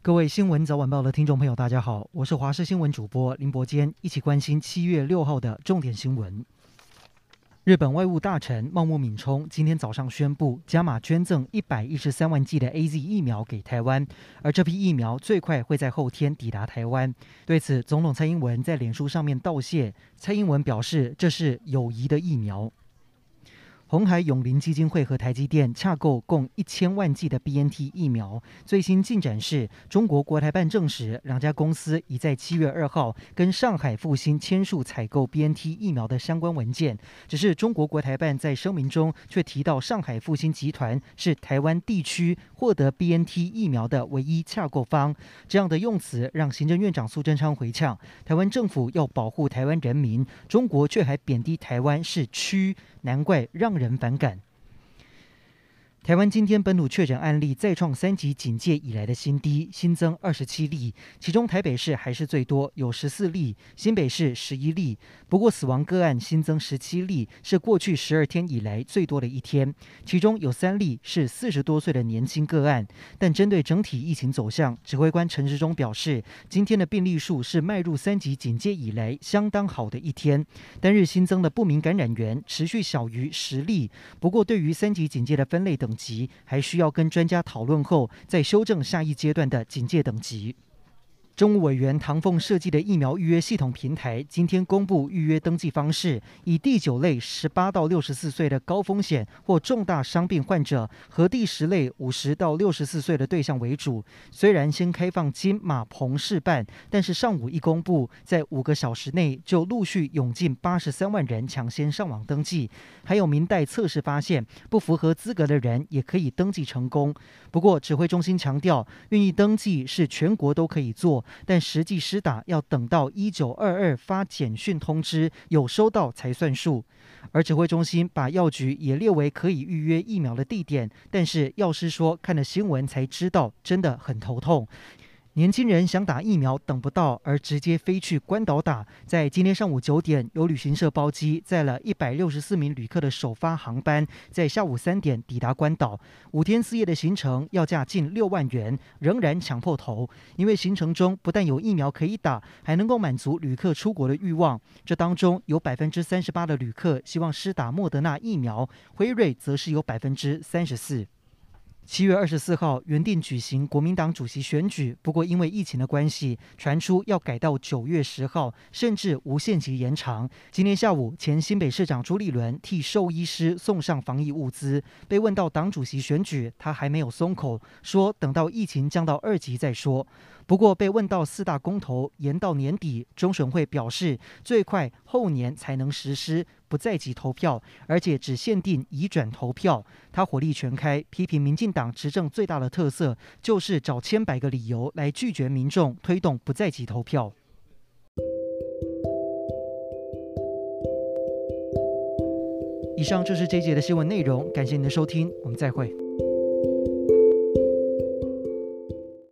各位新闻早晚报的听众朋友，大家好，我是华视新闻主播林伯坚，一起关心7月6号的重点新闻。日本外务大臣茂木敏充今天早上宣布，加码捐赠113万剂的 AZ 疫苗给台湾，而这批疫苗最快会在后天抵达台湾。对此，总统蔡英文在脸书上面道谢，蔡英文表示这是友谊的疫苗。鸿海永林基金会和台积电洽购共1000万剂的 BNT 疫苗。最新进展是，中国国台办证实，两家公司已在7月2号跟上海复星签署采购 BNT 疫苗的相关文件。只是中国国台办在声明中却提到，上海复星集团是台湾地区获得 BNT 疫苗的唯一洽购方。这样的用词让行政院长苏贞昌回呛，台湾政府要保护台湾人民，中国却还贬低台湾是区，难怪让人反感。台湾今天本土确诊案例再创3级警戒以来的新低，新增27例，其中台北市还是最多，有14例，新北市11例。不过死亡个案新增17例，是过去12天以来最多的一天，其中有3例是40多岁的年轻个案。但针对整体疫情走向，指挥官陈时中表示，今天的病例数是迈入3级警戒以来相当好的一天，单日新增的不明感染源持续小于10例。不过对于3级警戒的分类等级，还需要跟专家讨论后再修正下一阶段的警戒等级。政务委员唐凤设计的疫苗预约系统平台今天公布预约登记方式，以第9类18到64岁的高风险或重大伤病患者和第10类50到64岁的对象为主。虽然先开放金马棚试办，但是上午一公布，在5个小时内就陆续涌进83万人抢先上网登记，还有明代测试发现不符合资格的人也可以登记成功。不过指挥中心强调，愿意登记是全国都可以做，但实际施打要等到1922发简讯通知有收到才算数。而指挥中心把药局也列为可以预约疫苗的地点，但是药师说看了新闻才知道，真的很头痛。年轻人想打疫苗等不到，而直接飞去关岛打。在今天上午9点，有旅行社包机载了164名旅客的首发航班，在下午3点抵达关岛。5天4夜的行程要价近6万元，仍然抢破头。因为行程中不但有疫苗可以打，还能够满足旅客出国的欲望。这当中有38%的旅客希望施打莫德纳疫苗，辉瑞则是有34%。7月24号原定举行国民党主席选举，不过因为疫情的关系，传出要改到9月10号，甚至无限期延长。今天下午，前新北市长朱立伦替兽医师送上防疫物资。被问到党主席选举，他还没有松口，说等到疫情降到2级再说。不过被问到4大公投延到年底，中选会表示最快后年才能实施不在籍投票，而且只限定移转投票。他火力全开，批评民进党执政最大的特色就是找千百个理由来拒绝民众推动不在籍投票。以上就是这一节的新闻内容，感谢您的收听，我们再会。